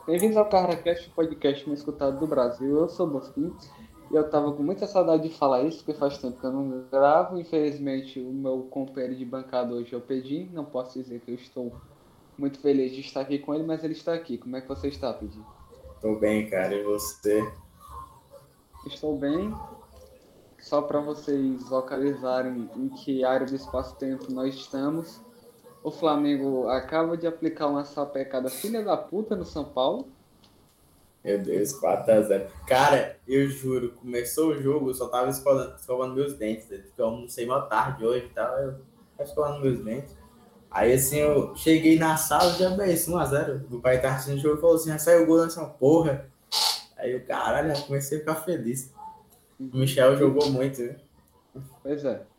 Bem-vindos ao CarraCast, o podcast mais escutado do Brasil. Eu sou o Bosquim e eu tava com muita saudade de falar isso, porque faz tempo que eu não gravo. Infelizmente, o meu companheiro de bancada hoje é o Pedim. Não posso dizer que eu estou muito feliz de estar aqui com ele, mas ele está aqui. Como é que você está, Pedim? Tô bem, cara, e você? Estou bem. Só para vocês localizarem em que área do espaço-tempo nós estamos, o Flamengo acaba de aplicar uma sapecada filha da puta no São Paulo. Meu Deus, 4-0. Cara, eu juro, começou o jogo, eu só tava escovando meus dentes, né? Porque eu almocei uma tarde hoje e tal, eu tava escovando meus dentes. Aí assim, eu cheguei na sala, já bem, 1-0. O pai tava assistindo o jogo e falou assim, já saiu o gol nessa porra. Aí eu, caralho, eu comecei a ficar feliz. O Uhum. Michel jogou muito, né? Pois é.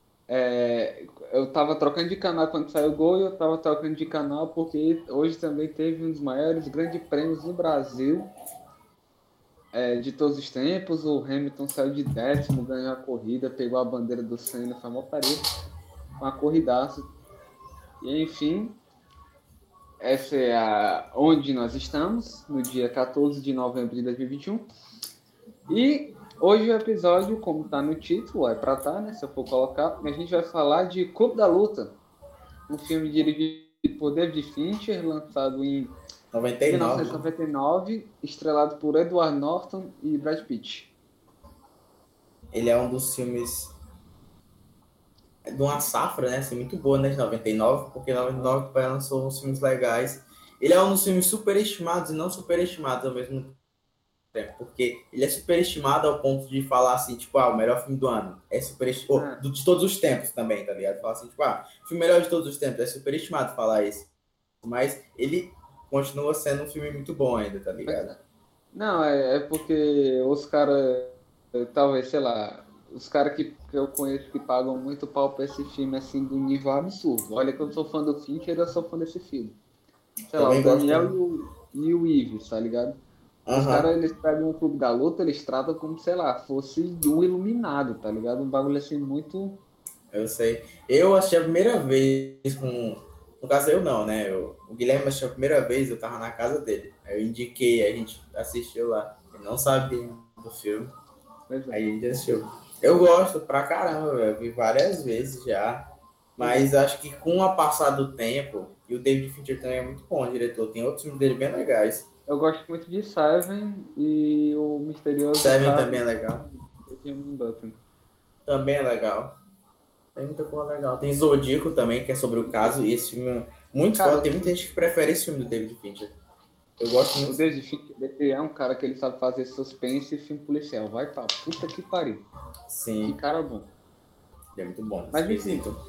Eu tava trocando de canal quando saiu o gol e eu tava trocando de canal porque hoje também teve um dos maiores grandes prêmios no Brasil, de todos os tempos. O Hamilton saiu de décimo, ganhou a corrida, pegou a bandeira do Senna, foi uma putaria, uma corridaça. E enfim, essa é onde nós estamos, no dia 14 de novembro de 2021. E hoje o episódio, como tá no título, é pra tá, né? Se eu for colocar, a gente vai falar de Clube da Luta. Um filme dirigido por David Fincher, lançado em 99, né? 1999, estrelado por Edward Norton e Brad Pitt. Ele é um dos filmes de uma safra, né? Assim, muito boa, né? De 99, porque 99 o pai lançou uns filmes legais. Ele é um dos filmes superestimados e não superestimados ao mesmo tempo, porque ele é superestimado ao ponto de falar assim, tipo, o melhor filme do ano. É superestimado. Ah, De todos os tempos também, tá ligado? Falar assim, tipo, o filme melhor de todos os tempos. É superestimado falar isso. Mas ele continua sendo um filme muito bom ainda, tá pois ligado? é. Não, é porque os caras, talvez, sei lá, os caras que eu conheço que pagam muito pau pra esse filme, assim, do nível absurdo. Olha que eu sou fã do Fincher, eu sou fã desse filme. Sei lá, o Também Daniel gosto. e o Ives, tá ligado? Os Aham, caras, eles pegam o Clube da Luta, eles tratam como, sei lá, fosse um iluminado, tá ligado? Um bagulho assim muito. eu sei. Eu achei a primeira vez com. No caso, eu não, né? O Guilherme achou a primeira vez, eu tava na casa dele. Aí eu indiquei, a gente assistiu lá. Ele não sabia do filme. Pois é, Aí a gente assistiu. Eu gosto pra caramba, velho. Eu vi várias vezes já. pois é. Mas acho que com o passar do tempo, e o David Fincher também é muito bom, o diretor. Tem outros filmes dele bem legais. Eu gosto muito de Seven e o Misterioso Seven Caso também é legal. de Benjamin Button. Também é legal. Tem muita coisa legal. Tem Zodíaco também, que é sobre o caso. E esse filme é muito foda. Cara, Tem muita gente que prefere esse filme do David Fincher. Eu gosto o muito. David Fincher, ele é um cara que ele sabe fazer suspense e filme policial. Vai pra puta que pariu. Que Sim, cara bom. ele é muito bom nesse Mas enfim, quesito.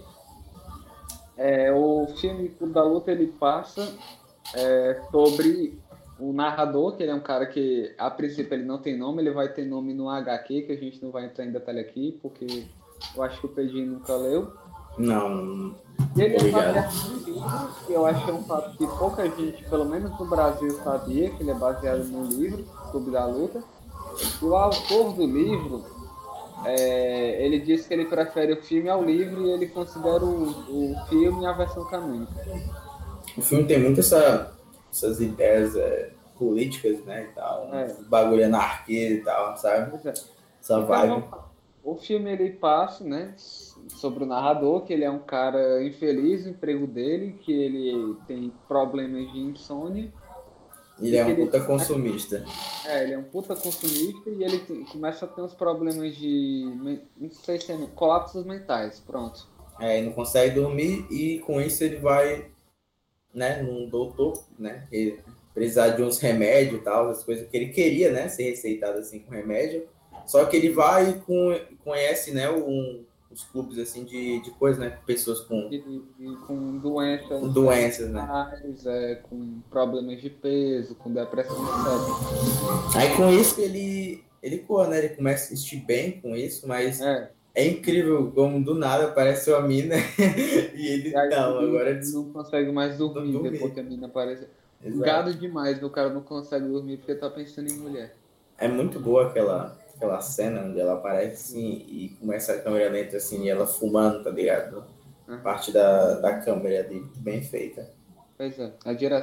o filme Clube da Luta, ele passa sobre o narrador, que ele é um cara que, a princípio, ele não tem nome, ele vai ter nome no HQ, que a gente não vai entrar em detalhe aqui, porque eu acho que o Pedrinho nunca leu. Não, E ele é obrigado. baseado num livro, que eu acho que é um fato que pouca gente, pelo menos no Brasil, sabia, que ele é baseado num livro, Clube da Luta. E o autor do livro, ele disse que ele prefere o filme ao livro e ele considera o filme a versão canônica. O filme tem essas ideias políticas, né, e tal. É, Bagulho anarquia e tal, sabe? pois é. Essa E, cara, vibe. vamos lá. O filme ele passa, né, sobre o narrador, que ele é um cara infeliz no emprego dele, que ele tem problemas de insônia Ele e é que um ele puta começa, consumista. ele é um puta consumista e ele começa a ter uns problemas de, não sei se é colapsos mentais, pronto. É, ele não consegue dormir e com isso ele vai, né, num doutor, né, ele precisar de uns remédios e tal, as coisas que ele queria, né, ser receitado assim com remédio. Só que ele vai e conhece, né, os clubes assim de coisas, né, pessoas E com doenças doenças, né. mentais, com problemas de peso, com depressão, etc. Aí com isso ele cura, né? Ele começa a se sentir bem com isso, mas É, é incrível como do nada aparece uma mina e e ele aí não, ele agora não consegue mais não dormir depois dormir. que a mina aparece. Gado Exato. demais, o cara não consegue dormir porque tá pensando em mulher. É muito boa aquela cena onde ela aparece assim e começa a câmera lenta assim e ela fumando, tá ligado? Aham. Parte da câmera ali, bem feita. Pois é.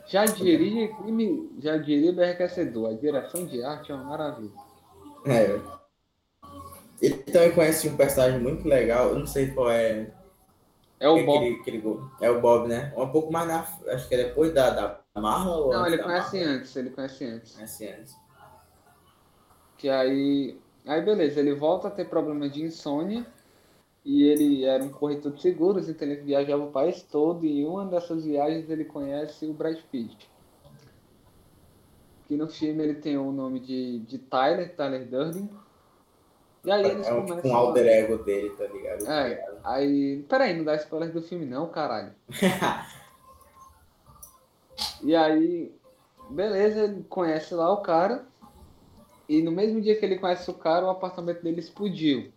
Já diria BRQC2, a direção de arte é uma maravilha. É. Ele também conhece um personagem muito legal, eu não sei qual é. É o Que Bob. é o Bob, né? Um pouco mais na. Acho que é depois da Marla ou Não, antes ele da conhece Marla? antes, ele conhece antes. Conhece antes. Que aí beleza, ele volta a ter problema de insônia e ele era um corretor de seguros, então ele viajava o país todo e em uma dessas viagens ele conhece o Brad Pitt. Que no filme ele tem o nome de Tyler Durden. E aí eles É um, tipo um começam alter a. ego dele, tá ligado? Criado. Aí. Peraí, não dá spoiler do filme não, caralho. E aí, beleza, ele conhece lá o cara. E no mesmo dia que ele conhece o cara, o apartamento dele explodiu.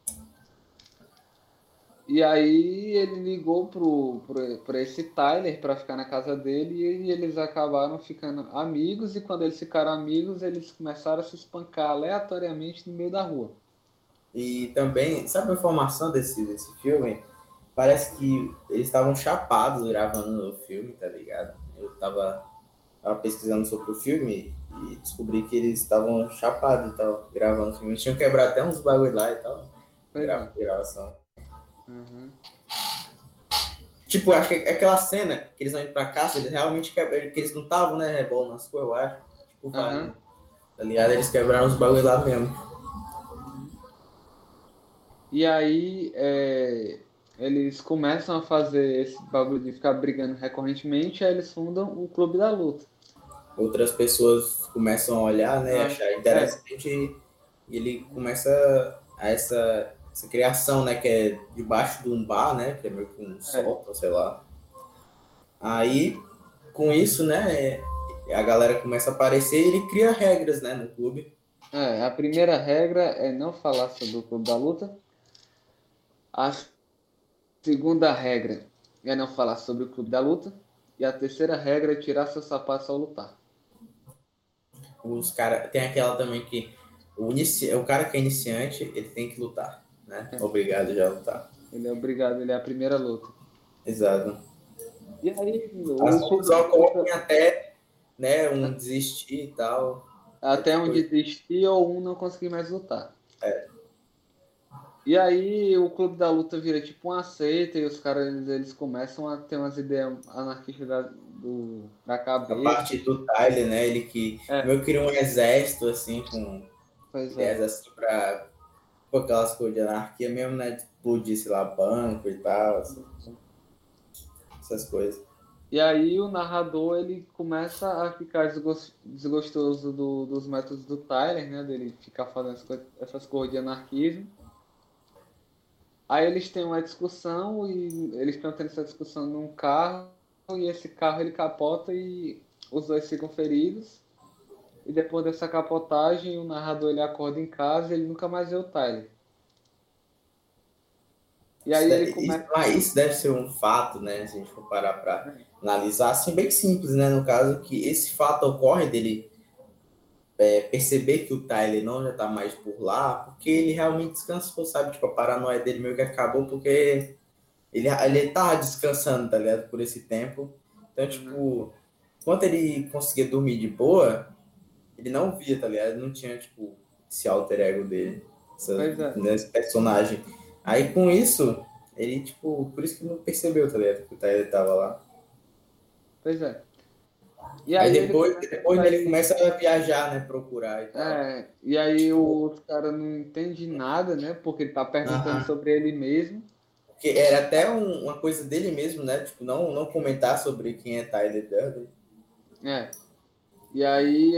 E aí ele ligou pra esse Tyler pra ficar na casa dele e eles acabaram ficando amigos. E quando eles ficaram amigos, eles começaram a se espancar aleatoriamente no meio da rua. E também, sabe a formação desse filme? Parece que eles estavam chapados gravando o filme, tá ligado? Tava pesquisando sobre o filme e descobri que eles estavam chapados e tal, gravando o filme. Eles tinham quebrado até uns bagulho lá e tal, Pois é. gravação. Uhum. Tipo, acho que aquela cena que eles vão indo pra casa, eles realmente quebraram, que eles não estavam, né, rebolando nas coisas, eu acho. Tipo, Aham. tá ligado? Eles quebraram os bagulho lá mesmo. Uhum. E aí eles começam a fazer esse bagulho de ficar brigando recorrentemente, aí eles fundam o Clube da Luta. Outras pessoas começam a olhar, né, Ah, achar é, interessante e ele começa a essa criação, né, que é debaixo de um bar, né, que é meio que um é, sótão, sei lá. Aí, com isso, né, a galera começa a aparecer e ele cria regras, né, no clube. a primeira regra é não falar sobre o Clube da Luta. A segunda regra é não falar sobre o Clube da Luta. E a terceira regra é tirar seus sapatos ao lutar. Os cara tem aquela também que o cara que é iniciante, ele tem que lutar, né? É, Obrigado já a lutar. ele é obrigado, ele é a primeira luta. Exato. E aí, As o lutas Clube da Luta, ocorrem até, né, um desistir e tal. É até tipo, onde desistir ou um não conseguir mais lutar. E aí o Clube da Luta vira tipo uma seita e os caras eles começam a ter umas ideias anarquistas da a cabeça. parte do Tyler, né, ele que É, meio que cria um exército, assim, com pois é. ideias assim pra pô, aquelas coisas de anarquia mesmo, né, de explodir, sei lá, banco e tal, assim, essas coisas. E aí o narrador ele começa a ficar desgostoso dos métodos do Tyler, né? Dele ficar fazendo essas coisas de anarquismo. Aí eles têm uma discussão e eles estão tendo essa discussão num carro e esse carro ele capota e os dois ficam feridos. E depois dessa capotagem, o narrador ele acorda em casa e ele nunca mais vê o Tyler. E aí ele começa. Isso deve ser um fato, né? Se a gente for parar para É, analisar, assim, bem simples, né? No caso, que esse fato ocorre dele perceber que o Tyler não já tá mais por lá, porque ele realmente descansou, sabe? Tipo, a paranoia dele meio que acabou porque ele tava descansando, tá ligado? Por esse tempo. Então, uhum. tipo, enquanto ele conseguia dormir de boa, ele não via, tá ligado? Ele não tinha, tipo, esse alter ego dele, Pois é, esse personagem. Aí, com isso, ele, tipo, por isso que não percebeu, tá ligado? Que o Tyler tava lá. pois é. E Aí aí ele começa a depois né, ele sair. começa a viajar, né? Procurar e tal. E aí Tipo, os caras não entendem nada, né? Porque ele tá perguntando aham. sobre ele mesmo. Porque era até uma coisa dele mesmo, né? Tipo, não comentar sobre quem é Tyler Durden. É. E aí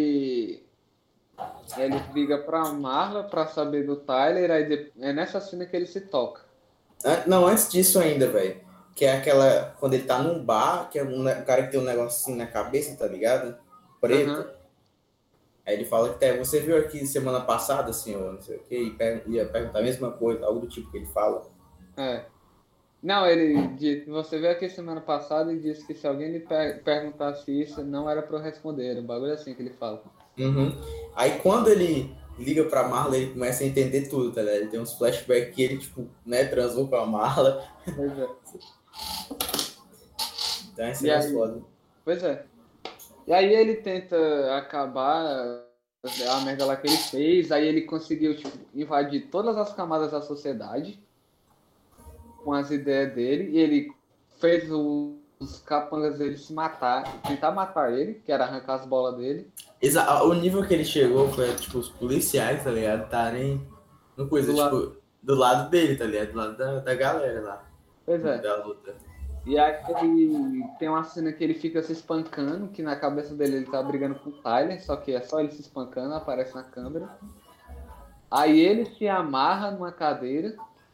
ele liga pra Marla pra saber do Tyler. É nessa cena que ele se toca. Não, antes disso ainda, velho. Que é aquela. Quando ele tá num bar, que é um cara que tem um negocinho na cabeça, tá ligado? Preto. Aham. Aí ele fala que você viu aqui semana passada, senhor, não sei o quê, e ia perguntar a mesma coisa, algo do tipo que ele fala. É. Não, ele disse, você veio aqui semana passada e disse que se alguém lhe perguntasse isso, não era pra eu responder. Era um bagulho assim que ele fala. Uhum. Aí quando ele liga pra Marla, ele começa a entender tudo, tá ligado? Ele tem uns flashbacks que ele, tipo, né, transou com a Marla. Pois é. Então é E cenas aí, foda. pois é. E aí ele tenta acabar a merda lá que ele fez, aí ele conseguiu tipo, invadir todas as camadas da sociedade com as ideias dele, e ele fez os capangas dele se matar, tentar matar ele, que era arrancar as bolas dele. O nível que ele chegou foi, tipo, os policiais, tá ligado? Estarem no coisa, Do lado. tipo, do lado dele, tá ligado? Do lado da galera lá, Pois é. da luta. E aí ele tem uma cena que ele fica se espancando, que na cabeça dele ele tá brigando com o Tyler, só que é só ele se espancando, aparece na câmera. Aí ele se amarra numa cadeira.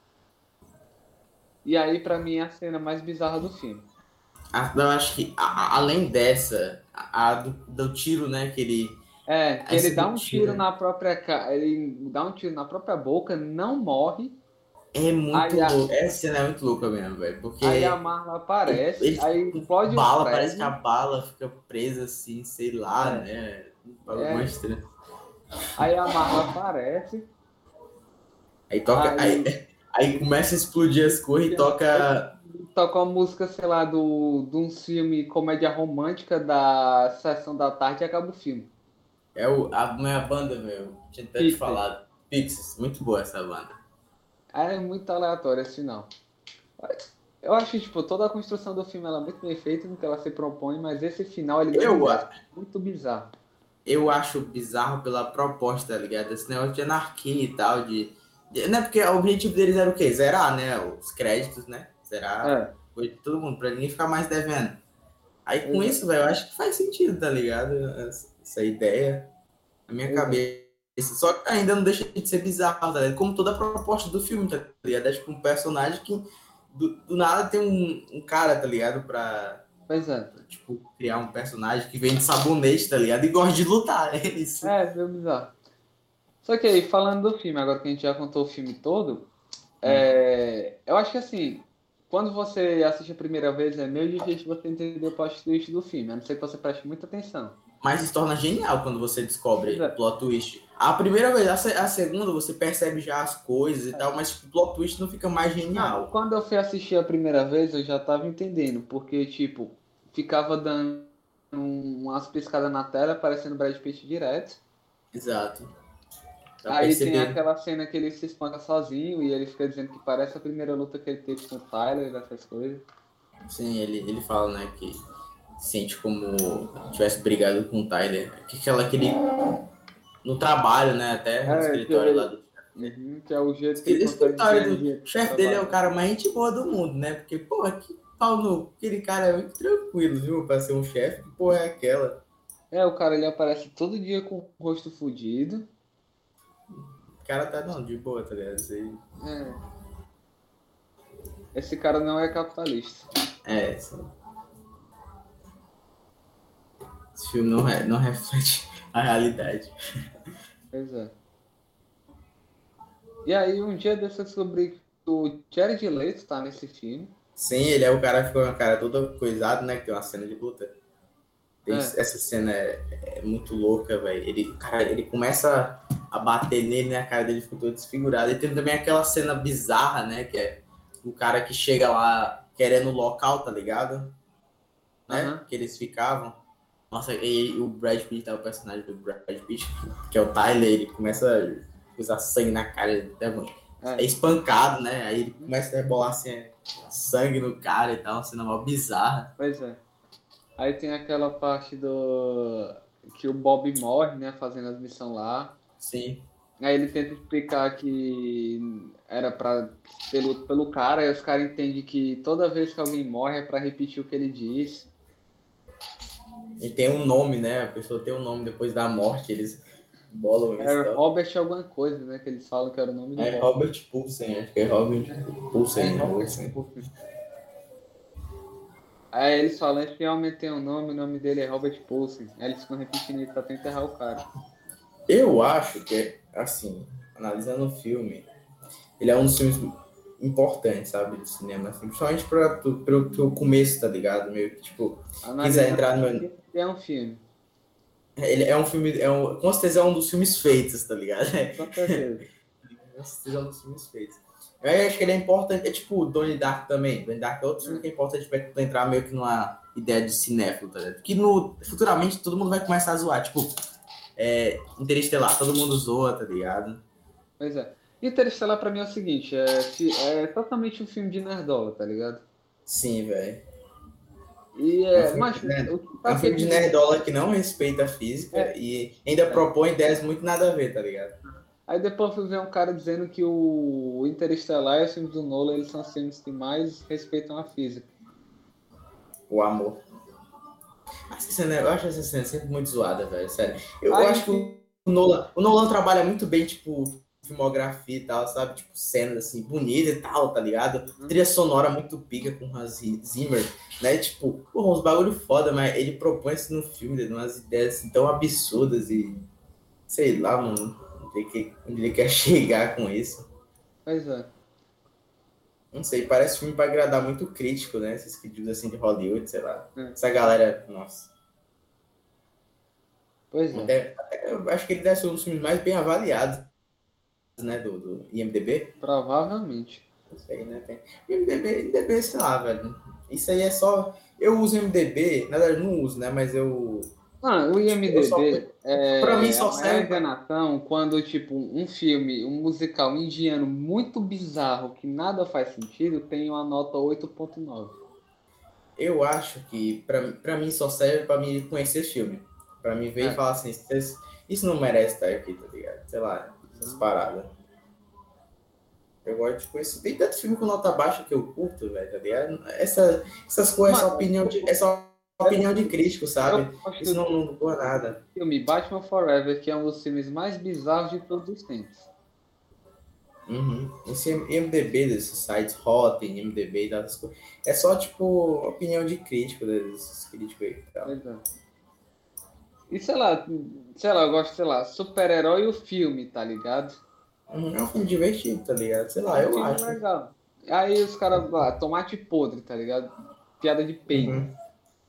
E aí, pra mim, é a cena mais bizarra do filme. Eu acho que, além dessa, do tiro, né, que ele... Que ele dá um tiro tira. na própria ele dá um tiro na própria boca, não morre. É muito Aí louco. Essa cena é muito louca mesmo, velho. Porque aí a Marla aparece, ele aí explode o bala, parece que a prédio. bala fica presa assim, sei lá, né? É. Estranho. Aí a Marla aparece. Aí toca. Aí começa a explodir as coisas e toca. Toca uma música, sei lá, de um filme comédia romântica da Sessão da Tarde e acaba o filme. Não é a banda, meu. Tinha até te Pixies. falado. Pixies. Muito boa essa banda. É muito aleatório esse final. Eu acho que tipo, toda a construção do filme ela é muito bem feita no que ela se propõe, mas esse final ele não me desce. Muito bizarro. Eu acho bizarro pela proposta, tá ligado? Esse negócio de anarquia e tal, né? Porque o objetivo deles era o quê? Zerar, né? Os créditos, né? Zerar coisa de todo mundo, pra ninguém ficar mais devendo. Aí com isso, velho, eu acho que faz sentido, tá ligado? Essa ideia na minha cabeça. Só que ainda não deixa de ser bizarro, tá ligado? Como toda a proposta do filme, tá ligado? É tipo um personagem que do nada tem um cara, tá ligado? Pois é. Tipo, criar um personagem que vende sabonete, tá ligado? E gosta de lutar, é isso. Meio bizarro. Só que aí, falando do filme, agora que a gente já contou o filme todo, eu acho que assim, quando você assiste a primeira vez, é meio difícil você entender o plot twist do filme, a não ser que você preste muita atenção. Mas se torna genial quando você descobre Pois o plot twist. A primeira vez, a segunda, você percebe já as coisas e tal, mas tipo, o plot twist não fica mais genial. Quando eu fui assistir a primeira vez, eu já tava entendendo, porque, tipo, ficava dando umas piscadas na tela, aparecendo Brad Pitt direto. Exato. Pra Aí tem perceber. aquela cena que ele se espanca sozinho e ele fica dizendo que parece a primeira luta que ele teve com o Tyler, essas coisas. Sim, ele fala, né, que sente como tivesse brigado com o Tyler. Aquele no trabalho, né, até no escritório lá do... Que é o jeito que ele consegue ganhar dinheiro. O chefe dele é o cara mais gente boa do mundo, né? Porque, porra, que pau no... Aquele cara é muito tranquilo, viu? Pra ser um chefe, que porra é aquela? O cara ele aparece todo dia com o rosto fudido. O cara tá, não, de boa, tá ligado? Esse cara não é capitalista. Sim. Esse filme não reflete a realidade. Pois é. E aí, um dia desse eu descobri que o Jared Leto tá nesse filme. Sim, ele é o cara que ficou com a cara toda coisado, né? Que tem uma cena de luta. Essa cena é muito louca, velho. Ele começa a bater nele, né? A cara dele ficou toda desfigurada. E tem também aquela cena bizarra, né? Que é o cara que chega lá querendo o local, tá ligado? Né? Que eles ficavam. Nossa, e o Brad Pitt, tá? O personagem do Brad Pitt, que é o Tyler, ele começa a usar sangue na cara. É espancado, né? Aí ele começa a rebolar assim, sangue no cara e tal. Uma cena mal bizarra. Pois é. Aí tem aquela parte que o Bob morre, né, fazendo as missões lá. Sim. Aí ele tenta explicar que era pra ter luta pelo cara, aí os caras entendem que toda vez que alguém morre é pra repetir o que ele disse. E tem um nome, né? A pessoa tem um nome depois da morte, eles bolam isso. Robert alguma coisa, né, que eles falam que era o nome do Robert Paulsen, acho que é Robert Paulsen. Aí eles falam, esse homem tem um nome, o nome dele é Robert Paulsen. Aí eles ficam repetindo isso até enterrar o cara. Eu acho que, assim, analisando o filme, ele é um dos filmes importantes, sabe, do cinema, assim, principalmente pro começo, tá ligado? Meio que, tipo, quiser entrar no... É um filme. Ele é um filme, com certeza é um dos filmes feitos, tá ligado? Com certeza. Com certeza é um dos filmes feitos. Eu acho que ele é importante, é tipo o Donnie Darko também. Donnie Darko é outro filme que é importante pra tu entrar meio que ideia de cinéfilo, tá ligado? Que futuramente todo mundo vai começar a zoar. Tipo, Interestelar, todo mundo zoa, tá ligado? Pois é. Interestelar pra mim é o seguinte, é totalmente um filme de nerdola, tá ligado? Sim, velho. E É um filme mas de nerd- o que é tá um filme de feito. nerdola que não respeita a física É, e ainda é. propõe ideias muito nada a ver, tá ligado? Aí depois eu fui ver um cara dizendo que o Interestelar e os filmes do Nolan, eles são os filmes que mais respeitam a física. O amor. Eu acho essa cena sempre muito zoada, velho, sério. Eu Aí, acho que o Nolan trabalha muito bem, tipo, filmografia e tal, sabe? Tipo, cenas assim, bonitas e tal, tá ligado? Trilha sonora muito pica com Hans Zimmer, né? Tipo, porra, uns bagulho foda, mas ele propõe isso no filme, né? Umas ideias assim, tão absurdas e sei lá, mano, onde ele quer chegar com isso. pois é. Não sei, parece filme pra agradar muito crítico, né? Esses críticos assim de Hollywood, sei lá. É. Essa galera, nossa. Pois é. Eu acho que ele deve ser um dos filmes mais bem avaliados, né? Do IMDB. Provavelmente. Não sei, né? IMDB, sei lá, velho. Isso aí é só. Eu uso IMDB, na verdade, não uso, né? Mas O eu só. IMDb Pra mim é a só maior serve pra. enganação quando, tipo, um filme, um musical indiano muito bizarro, que nada faz sentido, tem uma nota 8,9. Eu acho que pra mim só serve pra mim conhecer esse filme. Pra mim ver e É. falar assim, isso não merece estar aqui, tá ligado? Sei lá, essas paradas. Eu gosto de conhecer. Tem tanto filme com nota baixa que eu curto, velho, tá ligado? Essas coisas, Mano, é só opinião de crítico, eu sabe? gosto Isso não boa do nada. filme Batman Forever, que é um dos filmes mais bizarros de todos os tempos. Uhum. Esse IMDB desses sites, Rotten, IMDB e tal, essas coisas. É só, tipo, opinião de crítico, desses críticos aí e tal. Pois é. E sei lá, eu gosto, sei lá, super-herói e o filme, tá ligado? É um filme divertido, tá ligado? Sei É lá, um eu filme acho. legal. Aí os caras, tomate podre, tá ligado? Piada de peido. Uhum.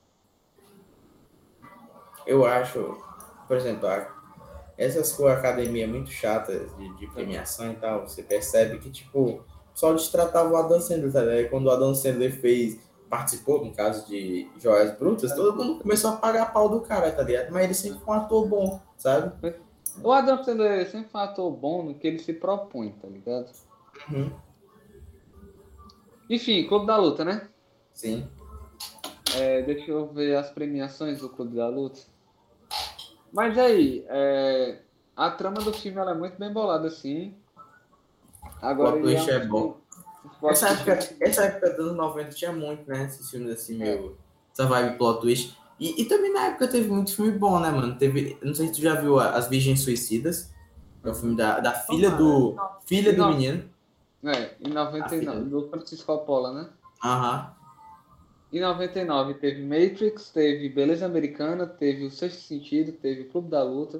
Eu acho, por exemplo, essas coisas academia muito chatas de premiação e tal, você percebe que, tipo, só destratava o Adam Sandler, tá ligado? Quando o Adam Sandler participou, no caso de Joias Brutas, todo mundo começou a pagar pau do cara, tá ligado? Mas ele sempre foi um ator bom, sabe? O Adam Sandler sempre foi um ator bom no que ele se propõe, tá ligado? Uhum. Enfim, Clube da Luta, né? Sim. Deixa eu ver as premiações do Clube da Luta. Mas aí, a trama do filme ela é muito bem bolada, assim. O Agora plot ele é twist um é filme. bom. O plot twist é muito bom. Essa época dos anos 90 tinha muito, né? Esses filmes assim, É. meio. Essa vibe plot twist. E também na época teve muito filme bom, né, mano? Teve. Não sei se tu já viu As Virgens Suicidas. Que é o filme Uhum. da filha Toma, do. Filha em, do no- menino. em A 99, filha. do Francisco Coppola, né? Aham. Em 99 teve Matrix, teve Beleza Americana, teve O Sexto Sentido, teve Clube da Luta.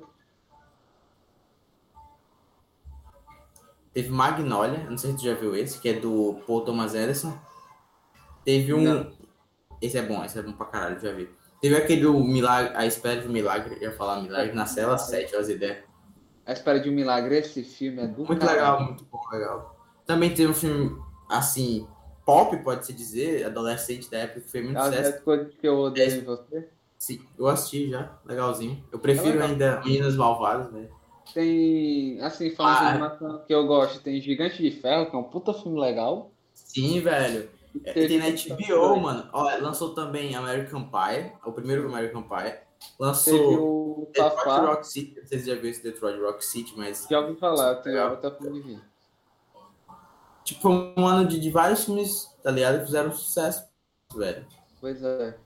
Teve Magnolia. Não sei se tu já viu esse, que é do Paul Thomas Anderson. Teve Não. um. Esse é bom pra caralho, já vi. Teve aquele do Milagre, A Espera de um Milagre, eu ia falar Milagre, na cela 7, olha as ideias. A Espera de um Milagre, esse filme é do Muito legal, caralho. muito bom, legal. Também tem um filme, assim, pop, pode-se dizer, adolescente da época, que fez muito As sucesso. 10 coisas que eu odeio em É, você. sim, eu assisti já, legalzinho. Eu É prefiro legal. ainda Meninas Malvadas, né? Tem, assim, falando de Ah, animação que eu gosto, tem Gigante de Ferro, que é um puta filme legal. sim, velho. E E tem teve na Toy HBO, 2. mano. Ó, lançou também American Pie, o primeiro American Pie. Teve Lançou o Detroit Fafá, Rock City, não sei se você já viu esse Detroit Rock City, mas já ouvi falar, eu tenho legal. até fome de ver. Tipo, foi um ano de vários filmes, tá ligado? Que fizeram sucesso, velho. Pois é.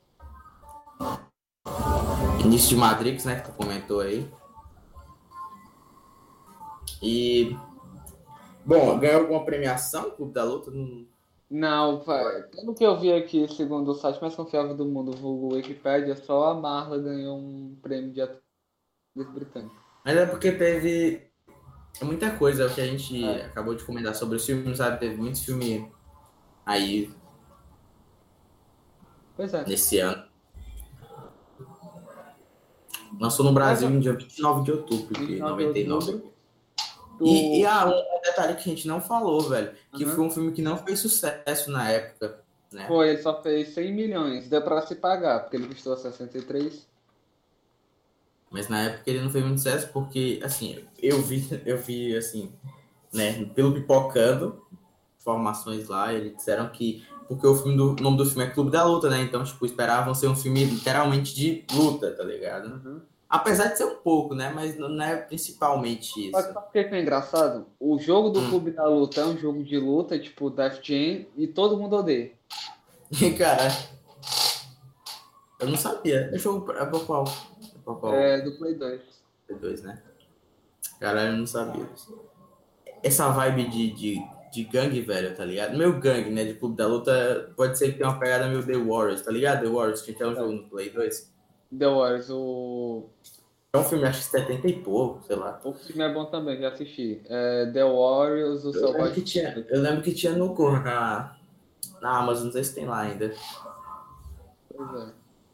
Início de Matrix, né, que tu comentou aí. E, bom, ganhou alguma premiação, Clube da Luta? Não. Não, pelo que eu vi aqui, segundo o site mais confiável do mundo, o Wikipedia, só a Marla ganhou um prêmio de atriz britânica. Mas é porque teve muita coisa, o que a gente É, acabou de comentar sobre os filmes, sabe? Teve muitos filmes aí pois é. nesse ano. Lançou no Mas, Brasil ó, no dia 29 de outubro de 29 de 99. outubro, E do... um detalhe que a gente não falou, velho, que foi Aham. um filme que não fez sucesso na época. né? Foi, ele só fez 100 milhões. Deu pra se pagar, porque ele custou 63. Mas na época ele não fez muito sucesso porque, assim, eu vi assim, né, pelo Pipocando, informações lá, eles disseram que, porque o nome do filme é Clube da Luta, né, então, tipo, esperavam ser um filme literalmente de luta, tá ligado? Uhum. Apesar de ser um pouco, né, mas não é principalmente Só que isso. sabe o que é engraçado? O jogo do Hum. Clube da Luta é um jogo de luta, tipo Def Jam, e todo mundo odeia. E, cara, eu não sabia. É pra qual? É pra qual? É do Play 2. P2, né? Cara, eu não sabia. Essa vibe de gangue, velho, tá ligado? Meu gangue, né, de Clube da Luta, pode ser que tenha uma pegada meio The Warriors, tá ligado? The Warriors, que tem um jogo É. no Play 2. The Warriors, É um filme, acho que 70 e pouco, sei lá. o filme é bom também, já assisti. É The Warriors, o Selvagem. Eu lembro que tinha no Cor na Amazon, não sei se tem lá ainda. Pois é.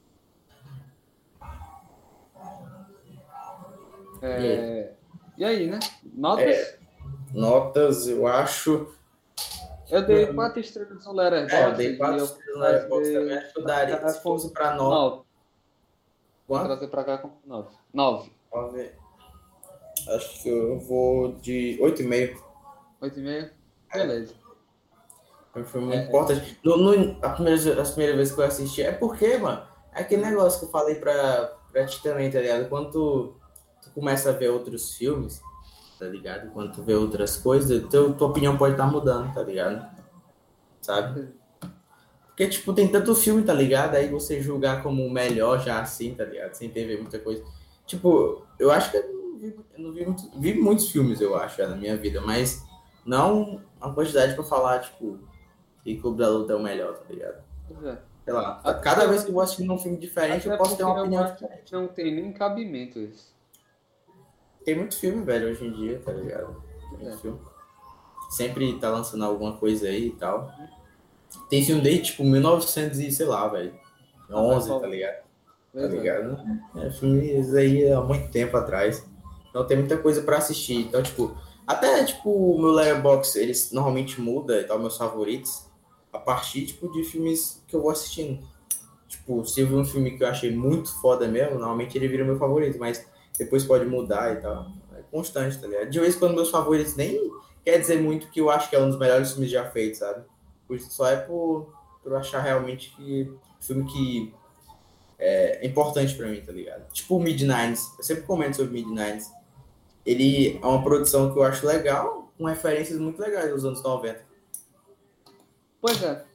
E aí? E aí, né? Notas? Notas, eu acho. Eu dei 4 estrelas no Eu Letterboxd dei e 4 eu vou estrelas na Xbox também. trazer Acho que eu pra daria, cá se fosse com pra nota. 9. Vou Quanto? trazer pra cá com 9. 9. Vamos ver. Acho que eu vou de 8,5. 8,5? Beleza. É um filme muito É, importante. As primeiras vezes que eu assisti, é porque, mano, é aquele negócio que eu falei pra ti também, tá ligado? Quando tu começa a ver outros filmes, tá ligado? Quando tu vê outras coisas, tua opinião pode estar mudando, tá ligado? Sabe? Porque, tipo, tem tanto filme, tá ligado? Aí você julgar como o melhor já assim, tá ligado? Sem ter ver muita coisa. Tipo, eu acho que eu não vi muitos filmes, eu acho, já, na minha vida, mas não a quantidade pra falar, tipo, que Clube da Luta é o melhor, tá ligado? pois é. Sei lá, Até, cada vez que eu vou assistir um filme diferente, eu até posso ter porque uma eu opinião acho que diferente. não tem nem cabimento isso. Tem muito filme, velho, hoje em dia, tá ligado? Tem Pois muito é. filme. Sempre tá lançando alguma coisa aí e tal. Tem filme desde, tipo, 1900 e, sei lá, velho, Ah, vai 11, tá falar. ligado? Tá Pois é. ligado? É, filmes aí há muito tempo atrás. Então tem muita coisa pra assistir. Então, tipo, até, tipo, o meu Letterboxd, eles normalmente muda e tal, meus favoritos, a partir, tipo, de filmes que eu vou assistindo. Tipo, se eu ver um filme que eu achei muito foda mesmo, normalmente ele vira meu favorito, mas depois pode mudar e tal. É constante, tá ligado? De vez em quando meus favoritos nem quer dizer muito que eu acho que é um dos melhores filmes já feitos, sabe? Só é por eu achar realmente que filme que é importante pra mim, tá ligado? Tipo o Midnights, eu sempre comento sobre Midnights. Ele é uma produção que eu acho legal, com referências muito legais dos anos 90. Pois é.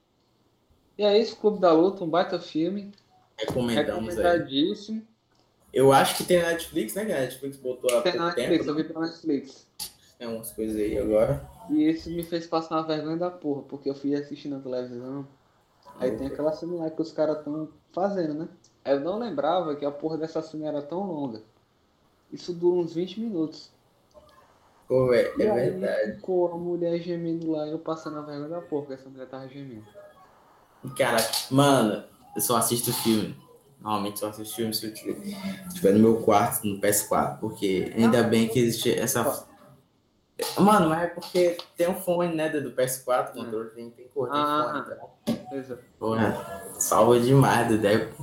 E é isso, Clube da Luta, um baita filme. Recomendamos aí. Recomendadíssimo. Eu acho que tem na Netflix, né? Que a Netflix botou há Tem pouco na tempo, Netflix, eu né? vi pela Netflix. Tem umas coisas aí agora. E isso me fez passar uma vergonha da porra, porque eu fui assistir na televisão. Aí tem aquela cena lá que os caras estão fazendo, né? Aí eu não lembrava que a porra dessa cena era tão longa. Isso dura uns 20 minutos. Pô, é E aí verdade. ficou a mulher gemendo lá e eu passando a vergonha da porra, que essa mulher tava gemendo. Cara, mano, eu só assisto filme. Normalmente só assisto filme se eu estiver no meu quarto, no PS4, porque ainda Não, bem que existe essa. opa. Mano, mas é porque tem um fone, né, do PS4, o É. controle tem cor, tem fone, Ah, então. pois é. Porra, salva demais do Depp.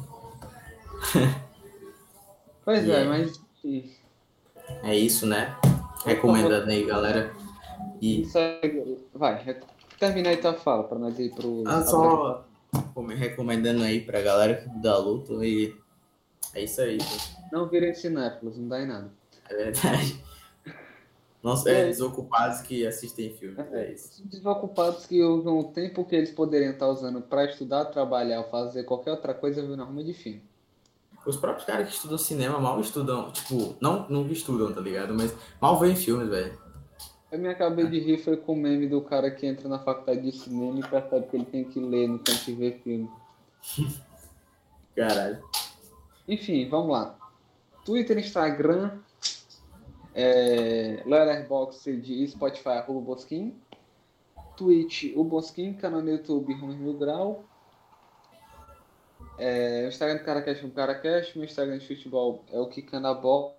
Pois E é, é, mas enfim. é isso, né? Opa, Recomendando aí, galera. E isso aí. Vai, termina aí tua fala pra nós ir só recomendando aí pra galera da luta e é isso aí, gente. Não virem cinéfilos, não dá em nada. É verdade. Não E é aí, desocupados que assistem filmes, é isso. os desocupados que usam o tempo que eles poderiam estar usando para estudar, trabalhar ou fazer qualquer outra coisa, viu na ruma de filme. Os próprios caras que estudam cinema mal estudam, tipo, não estudam, tá ligado? Mas mal veem filmes, velho. Eu me acabei de rir foi com o meme do cara que entra na faculdade de cinema e percebe que ele tem que ler no canto de ver filme. Caralho. Enfim, vamos lá. Twitter, Instagram, Letterboxd e Spotify, arroba Bosquim. Twitch, o Bosquim, canal no YouTube, Rumo Mil Grau. O Instagram do Caracast é o Caracast, meu Instagram de futebol é o Kikando a Bola.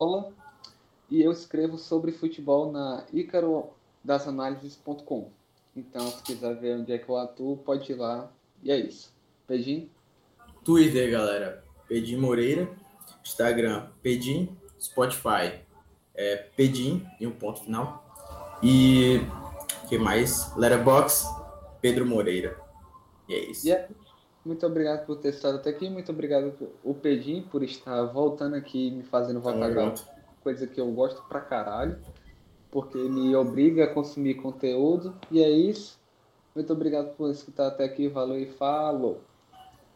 E eu escrevo sobre futebol na icarodasanalyses.com. Então, se quiser ver onde é que eu atuo, pode ir lá. E é isso. Beijinho. Twitter, galera, Pedim Moreira. Instagram, Pedim. Spotify, Pedim, e um ponto final. E o que mais? Letterboxd, Pedro Moreira. E é E isso. é, muito obrigado por ter estado até aqui. Muito obrigado o Pedim por estar voltando aqui, me fazendo voltar Tamo a gravar. junto. Coisa que eu gosto pra caralho. Porque me obriga a consumir conteúdo. E é isso. Muito obrigado por escutar até aqui. Valeu e falou.